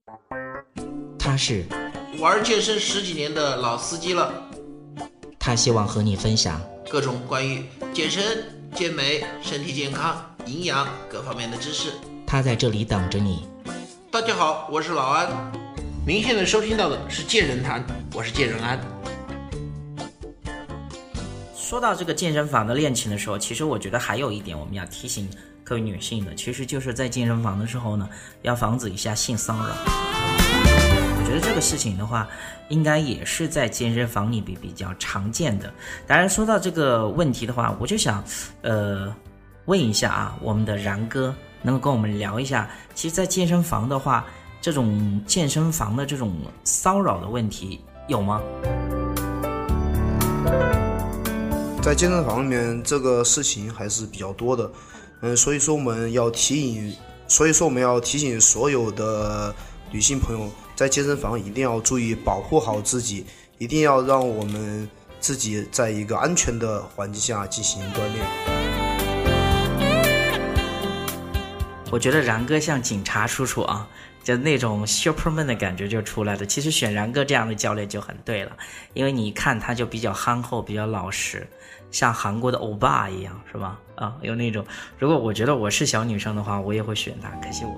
他是玩健身10几年的老司机了， 他希望和你分享各种关于健身、健美、身体健康、营养各方面的知识。 他在这里等着你。 大家好，我是老安，您现在收听到的是健人谈，我是健人安。 说到这个健身房的恋情的时候，其实我觉得还有一点我们要提醒各位女性的，其实就是在健身房的时候呢，要防止一下性骚扰。我觉得这个事情的话，应该也是在健身房里比较常见的。当然，说到这个问题的话，我就想，问一下啊，我们的然哥能够跟我们聊一下，其实，在健身房的话，这种健身房的这种骚扰的问题有吗？ 在健身房里面，这个事情还是比较多的，所以说我们要提醒所有的女性朋友，在健身房一定要注意保护好自己，一定要让我们自己在一个安全的环境下进行锻炼。 我觉得然哥像警察叔叔啊，就那种 Superman 的感觉就出来了。其实选然哥这样的教练就很对了，因为你一看他就比较憨厚，比较老实，像韩国的欧巴一样，是吧？啊，有那种。如果我觉得我是小女生的话，我也会选他。可惜我。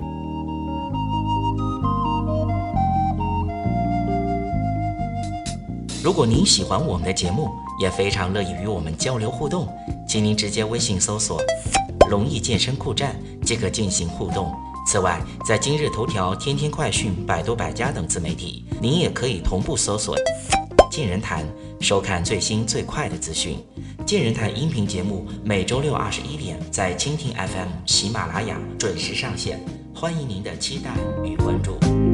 如果您喜欢我们的节目，也非常乐意与我们交流互动，请您直接微信搜索龙易健身酷站即可进行互动。此外，在今日头条、天天快讯、百度百家等自媒体，您也可以同步搜索健人谈，收看最新最快的资讯。健人谈音频节目每周六21点在蜻蜓 FM、喜马拉雅准时上线，欢迎您的期待与关注。